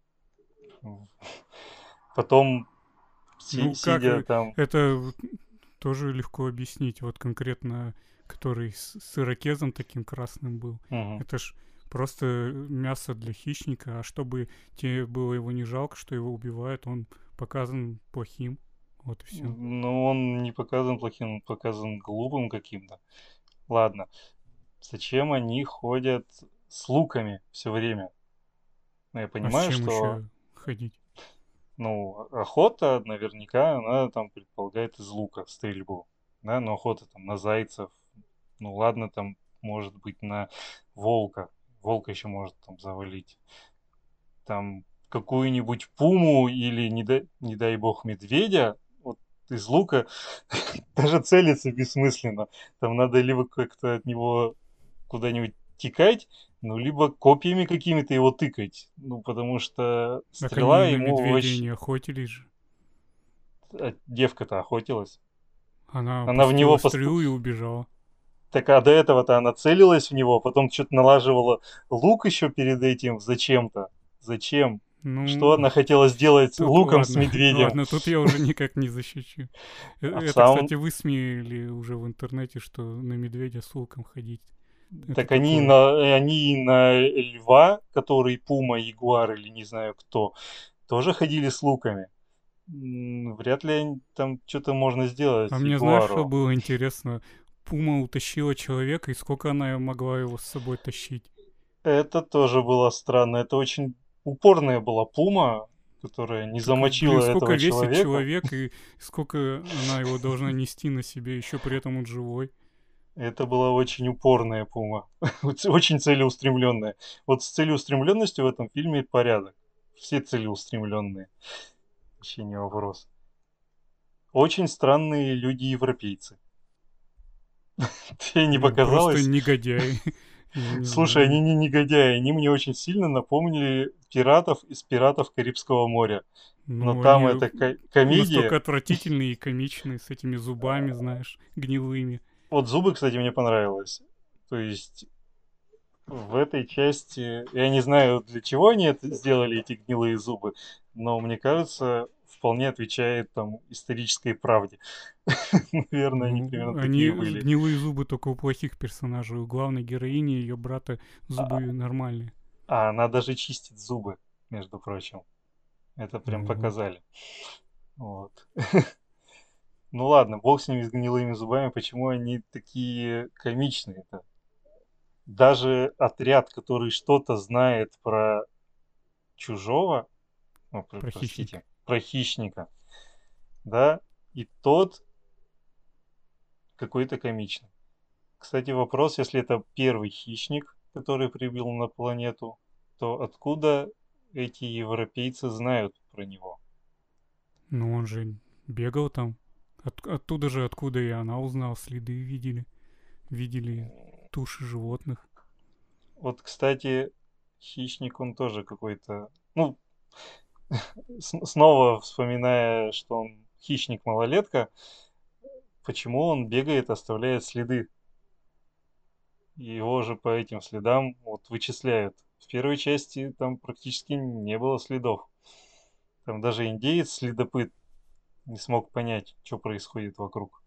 Потом, си- Ну, как сидя э, там... это вот тоже легко объяснить. Вот конкретно, который с, с ирокезом таким красным был. Мгм. Это ж просто мясо для хищника, а чтобы тебе было его не жалко, что его убивают, он показан плохим. Вот и все. Ну, он не показан плохим, он показан глупым каким-то. Ладно. Зачем они ходят с луками все время? Ну, я А с понимаю, чем что, еще ходить? ну, охота наверняка, она там предполагает из лука стрельбу, да, но охота там на зайцев, ну ладно, там может быть на волка, волка еще может там завалить, там какую-нибудь пуму или, не дай, не дай бог, медведя, вот из лука даже целиться бессмысленно, там надо либо как-то от него куда-нибудь текать, ну, либо копьями какими-то его тыкать. Ну, потому что Так они стрела на ему медведя вообще... не охотились же. А девка-то охотилась. Она Она в него... пустила Пост... стрелу и убежала. Так, а до этого-то она целилась в него, потом что-то налаживала лук еще перед этим зачем-то. Зачем? Что Ну, она хотела сделать тут луком с ладно, медведем? ладно, тут я уже никак не защищу. Э, А в Это, самом... кстати, высмеяли уже в интернете, что на медведя с луком ходить. Это Так они такое. на, они на льва, который пума, ягуар или не знаю кто, тоже ходили с луками. М, Вряд ли они- там что-то можно А сделать мне знаешь, что ягуару. было интересно? Пума утащила человека, и сколько она могла его с собой тащить? Это тоже было странно. Это очень упорная была пума, которая не Так, блин, замочила сколько этого весит человека. человек, и сколько она его должна нести на себе, еще при этом он живой. Это была очень упорная пума. Очень целеустремленная. Вот с целеустремленностью в этом фильме порядок. Все целеустремленные. Вообще не вопрос. Очень странные люди-европейцы. Тебе не Блин, просто показалось? негодяи. Я не Слушай, они знаю. не негодяи, они мне очень сильно напомнили пиратов из «Пиратов Карибского моря». Но Ну, там они это ко- комедия. настолько отвратительные и комичные, с этими зубами, знаешь, гнилыми. Вот «Зубы», кстати, мне понравилось. То есть в этой части, я не знаю, для чего они это сделали, эти гнилые зубы, но мне кажется, вполне отвечает там исторической правде. Наверное, они Ну, примерно они такие с- были. гнилые зубы только у плохих персонажей. У главной героини и ее брата А, зубы нормальные. а она даже чистит зубы, между прочим. Это прям Ну вот. показали. Вот. Ну ладно, бог с ними, с гнилыми зубами, почему они такие комичные-то? Даже отряд, который что-то знает про чужого, ну, про- Про хищника. простите, про хищника, да, и тот какой-то комичный. Кстати, вопрос, если это первый хищник, который прибыл на планету, то откуда эти европейцы знают про него? Ну он же бегал там. От- оттуда же, откуда и она узнала, следы видели. Видели туши животных. Вот, кстати, хищник, он тоже какой-то, ну, с- снова вспоминая, что он хищник-малолетка, почему он бегает, оставляет следы? И его же по этим следам вот вычисляют. В первой части там практически не было следов. Там даже индеец-следопыт не смог понять, что происходит вокруг.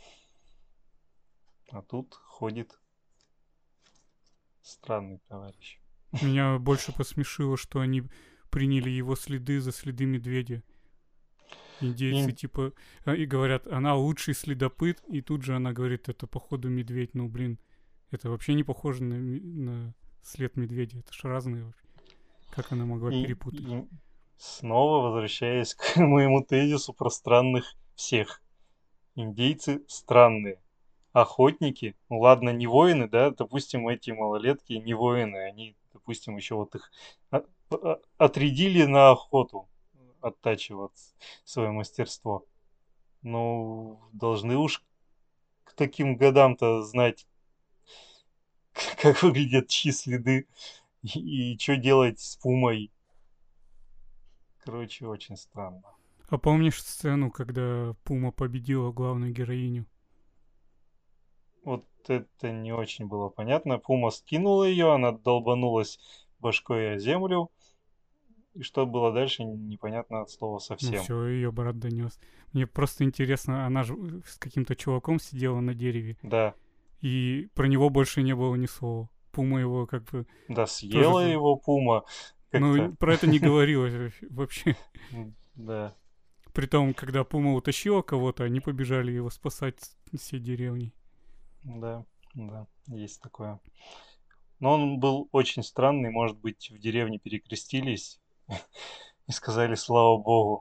А тут ходит странный товарищ. Меня больше посмешило, что они приняли его следы за следы медведя. Индейцы Ин- типа а, и говорят, она лучший следопыт, и тут же она говорит, это походу медведь. Ну блин, это вообще не похоже на, ми- на след медведя. Это ж разные вообще. Как она могла и, перепутать? и снова возвращаясь к моему тезису про странных всех. Индейцы странные. Охотники, ну ладно, не воины, да, допустим, эти малолетки не воины, они, допустим, еще вот их а- а- отрядили на охоту оттачивать свое мастерство. Ну, должны уж к таким годам-то знать, как выглядят чьи следы и что делать с пумой. Короче, очень странно. А помнишь сцену, когда Пума победила главную героиню? Вот это не очень было понятно. Пума скинула ее, она долбанулась башкой о землю, И что было дальше, непонятно от слова Ну совсем. все, ее брат донес. Мне просто интересно, она же э, с каким-то чуваком сидела на дереве, Да, и про него больше не было ни слова. Пума его как бы да, тоже... съела за- его пума как-то. Ну, про это не говорилось вообще- вообще. М, Да, Притом, когда Пума утащила кого-то, они побежали его спасать с всей деревни. да, да, есть такое. Но он был очень странный, может быть, в деревне перекрестились и сказали слава богу.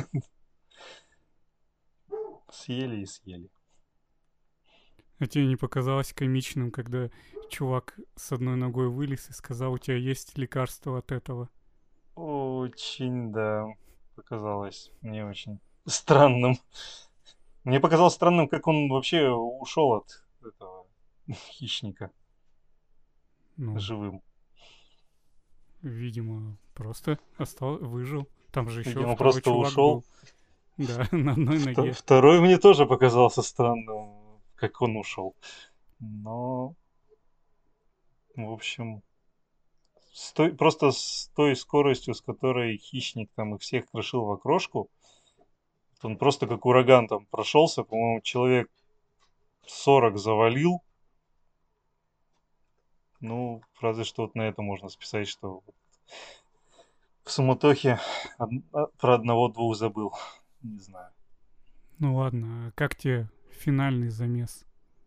Съели и съели. А тебе не показалось комичным, когда чувак с одной ногой вылез и сказал, у тебя есть лекарство от этого? Очень, да, показалось мне очень странным. Мне показалось странным, как он вообще ушел от этого хищника Ну, живым. видимо, просто остал, выжил. Там же еще Видимо, второй просто чувак ушел. был. Да, на одной Вто- ноге. Второй мне тоже показался странным, как он ушел. Но, в общем, с той- просто с той скоростью, с которой хищник там их всех крошил в окрошку, он просто как ураган там прошелся, по-моему, человек сорок завалил. Ну, разве что вот на это можно списать, что в суматохе од- а, про одного-двух забыл. Не знаю. Ну ладно, а как тебе финальный замес?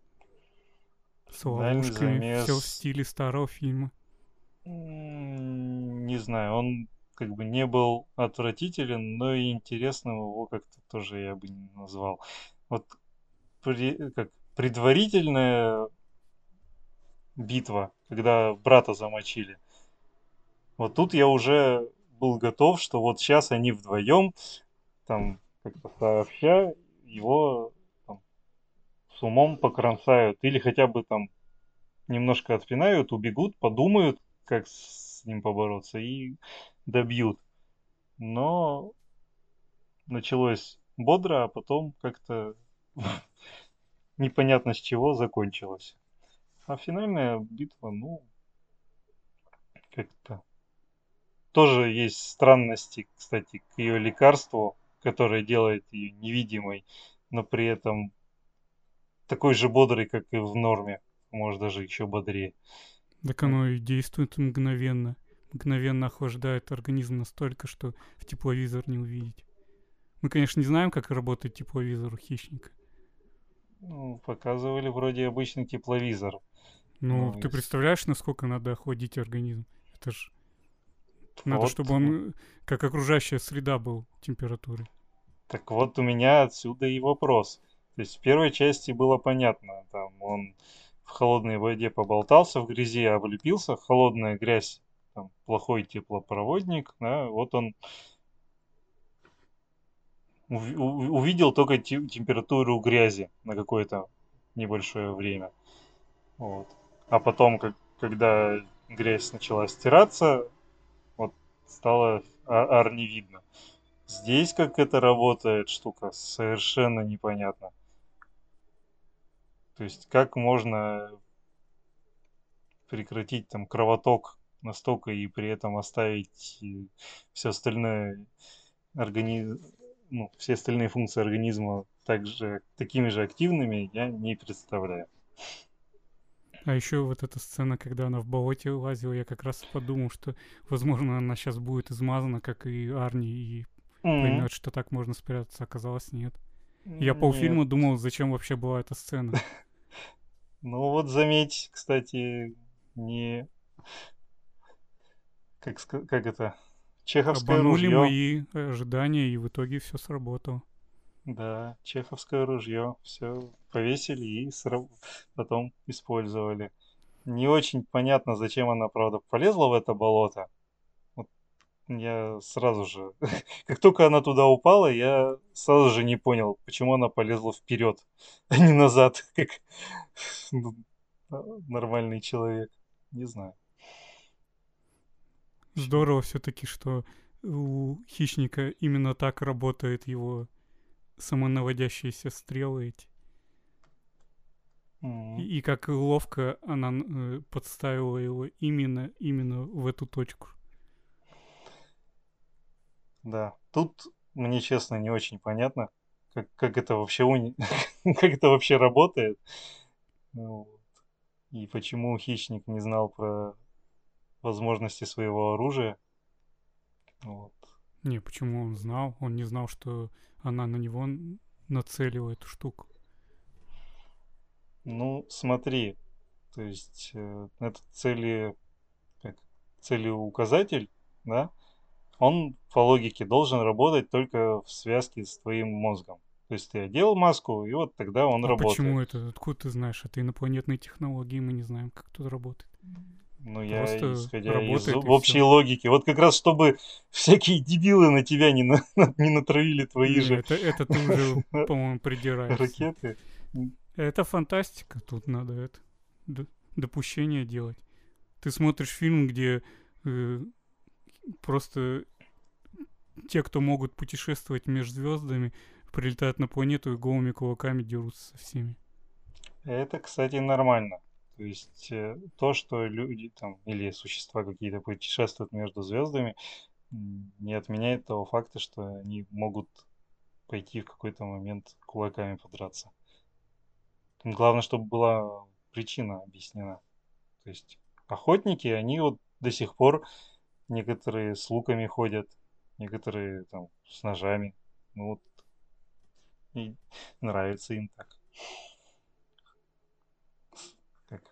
С Финальный ловушками, все в замес. стиле старого фильма. м, Не знаю, он как бы не был отвратителен, но и интересным его как-то тоже я бы не назвал. Вот при- как предварительная битва, когда брата замочили. Вот тут я уже был готов, что вот сейчас они вдвоем там как-то сообща его там, с умом покромсают или хотя бы там немножко отпинают, убегут, подумают, как с ним побороться и добьют. Но началось бодро, а потом как-то непонятно с чего закончилось. А финальная битва, ну, как-то тоже есть странности, кстати, к ее лекарству, которое делает ее невидимой, но при этом такой же бодрый, как и в норме, может даже еще бодрее. Так Вот. оно и действует мгновенно. Мгновенно охлаждает организм настолько, что в тепловизор не увидеть. Мы, конечно, не знаем, как работает тепловизор у хищника. Ну, показывали вроде обычный тепловизор. Ну, Ну, ты из... представляешь, насколько надо охладить организм? Это ж надо, вот, чтобы он, э, как окружающая среда, был температуры. так вот у меня отсюда и вопрос. То есть в первой части было понятно, там он в холодной воде поболтался, в грязи облепился, холодная грязь, там, плохой теплопроводник, да, вот он ув- у- увидел только те- температуру грязи на какое-то небольшое время. Вот. А потом, как, когда грязь начала стираться, вот стало а- ар не видно. Здесь как это работает штука, совершенно непонятно. То есть как можно прекратить там кровоток настолько и при этом оставить все остальное органи... ну, все остальные функции организма также такими же активными, я не представляю. А еще вот эта сцена, когда она в болоте лазила, я как раз подумал, что, возможно, она сейчас будет измазана, как и Арни, и М, поймет, что так можно спрятаться. Оказалось, нет. Я Нет. полфильма думал, зачем вообще была эта сцена. Ну вот заметь, кстати, не как, ска- как это чеховское Обманули ружье. мои ожидания, и в итоге все сработало. Да, чеховское ружье. Все повесили и сра- потом использовали. Не очень понятно, зачем она, правда, полезла в это болото. Вот я сразу же, как только она туда упала, я сразу же не понял, почему она полезла вперед, а не назад, как ну, а, нормальный человек. Не знаю. В общем, Здорово все-таки, что у хищника именно так работает его самонаводящиеся стрелы эти. м, И, и как ловко она э, подставила его именно, именно в эту точку. Да. Тут мне, честно, не очень понятно, как, как это вообще уни- как это вообще работает. Ну, вот. И почему хищник не знал про возможности своего оружия. Вот. Не, почему он знал? Он не знал, что она на него н- нацелила эту штуку. Ну, смотри, то есть э, этот цели, как, целеуказатель, да, он по логике должен работать только в связке с твоим мозгом. То есть ты одел маску, и вот тогда он А работает. почему это? Откуда ты знаешь? Это инопланетные технологии, мы не знаем, как тут работает. Ну, я Просто исходя из работает и общей все. логики. Вот как раз чтобы всякие дебилы на тебя не, на- не натравили твои Не, же это, это ты уже, по-моему, придираешься. ракеты. Это фантастика, тут надо это д- допущение делать. Ты смотришь фильм, где э, просто те, кто могут путешествовать между звездами, прилетают на планету и голыми кулаками дерутся со всеми. Это, кстати, нормально. То есть э, то, что люди там или существа какие-то путешествуют между звездами, м, не отменяет того факта, что они могут пойти в какой-то момент кулаками подраться. Главное, чтобы была причина объяснена. То есть охотники, они вот до сих пор некоторые с луками ходят, некоторые там с ножами. Ну вот и нравится им так. Так,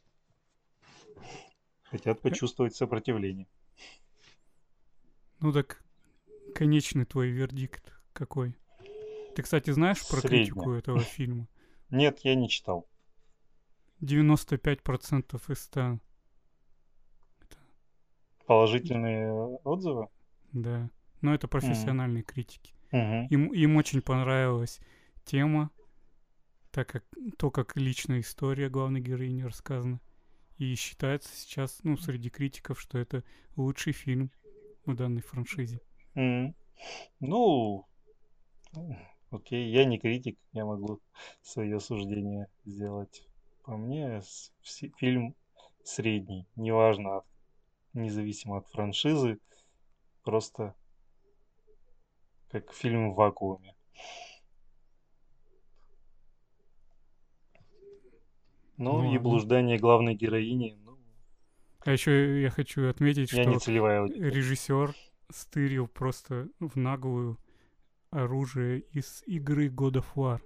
хотят Э, почувствовать сопротивление. Ну так, конечный твой вердикт какой? Ты, кстати, знаешь про Средняя. критику этого фильма? Нет, я не читал. девяносто пять процентов из ста. Положительные отзывы? Да. Но это М, профессиональные критики. мгм, Им, им очень понравилась тема, так как то, как личная история главной героини рассказана. И считается сейчас, ну, среди критиков, что это лучший фильм в данной франшизе. м. Ну, м, окей, я не критик, я могу свое суждение сделать. По мне, с- все- фильм средний, неважно, от- независимо от франшизы, просто как фильм в вакууме. Ну Ну и ладно. блуждание главной героини, ну, А как еще я хочу отметить, я не что целевая аудитория. режиссер стырил просто в наглую оружие из игры God of War.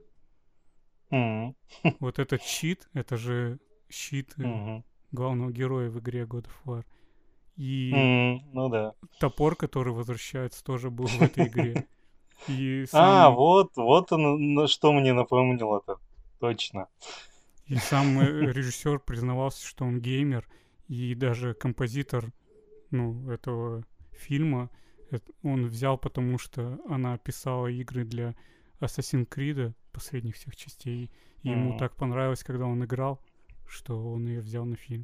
М, Вот этот щит, это же щит э, мгм, главного героя в игре God of War. И м, ну да. топор, который возвращается, тоже был в этой игре. И А, сам, вот, вот оно, на что мне напомнило-то. Точно. и сам э, режиссер признавался, что он геймер, и даже композитор, ну, этого фильма эт- он взял, потому что она писала игры для Assassin's Creed, последних всех частей, и ему Мгм. так понравилось, когда он играл, что он ее взял на фильм.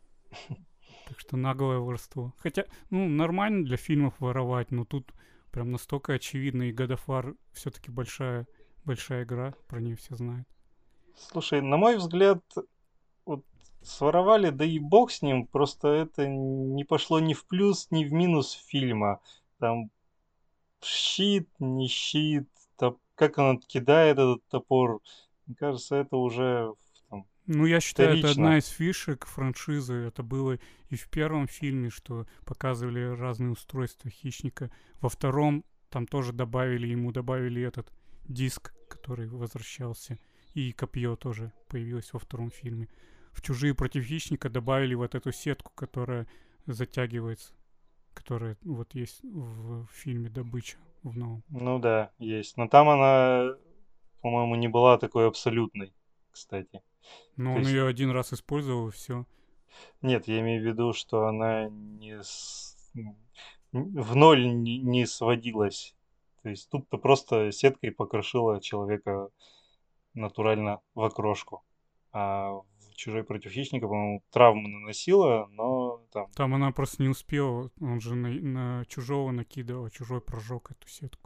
Так что наглое воровство. Хотя, ну, нормально для фильмов воровать, но тут прям настолько очевидно, и God of War все-таки большая, большая игра, про нее все знают. Слушай, на мой взгляд, вот своровали, да и бог с ним, просто это не пошло ни в плюс, ни в минус фильма. Там щит, не щит, топ- как он кидает этот топор. Мне кажется, это уже там, Ну, я считаю, это вторично. одна из фишек франшизы. Это было и в первом фильме, что показывали разные устройства хищника. Во втором там тоже добавили, ему добавили этот диск, который возвращался. И копье тоже появилось во втором фильме. В «Чужие против хищника» добавили вот эту сетку, которая затягивается, которая вот есть в фильме «Добыча» в новом. Ну да, есть. Но там она, по-моему, не была такой абсолютной, кстати. Но То он есть, ее один раз использовал, и все. нет, я имею в виду, что она не с- м, в ноль не, не сводилась. То есть тут-то просто сеткой покрошила человека натурально в окрошку. А в «Чужой против хищника», по-моему, травмы наносила, но там, Там она просто не успела, он же на, на чужого накидывал, а чужой прожег эту сетку.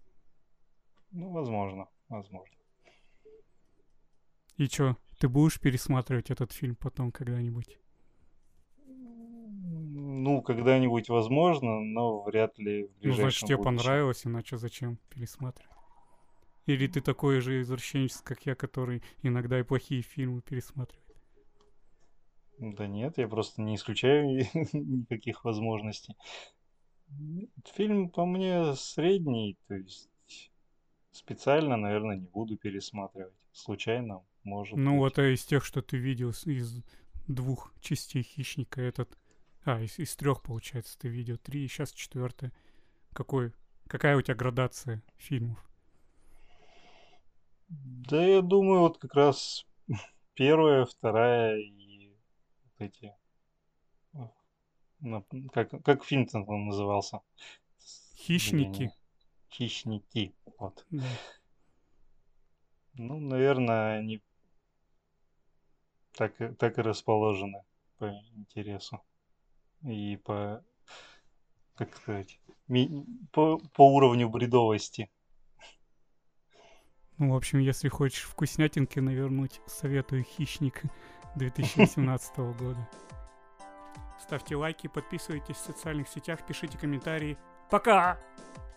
ну, возможно, возможно. И чё, ты будешь пересматривать этот фильм потом когда-нибудь? Ну, когда-нибудь возможно, но вряд ли в Ну, значит, ближайшем тебе будущем. понравилось, иначе зачем пересматривать? Или ты такой же извращенец, как я, который иногда и плохие фильмы пересматривает? Да нет, я просто не исключаю никаких возможностей. Фильм по мне средний, то есть специально, наверное, не буду пересматривать. Случайно, может Ну, быть. вот а из тех, что ты видел с- из двух частей «Хищника» этот... А, из, из трех, получается, ты видел три, и сейчас четвертая. Какой, какая у тебя градация фильмов? Да, я думаю, вот как раз первая, вторая и вот эти... э, на- Как, как фильм-то там назывался? С- Где «Хищники», они? Хищники. Вот. да. Ну, наверное, они так, и- так и расположены по интересу. И по, как сказать, ми- по, по уровню бредовости. Ну, в общем, если хочешь вкуснятинки навернуть, советую «Хищник» две тысячи восемнадцатого года. Ставьте лайки, подписывайтесь в социальных сетях, пишите комментарии. Пока!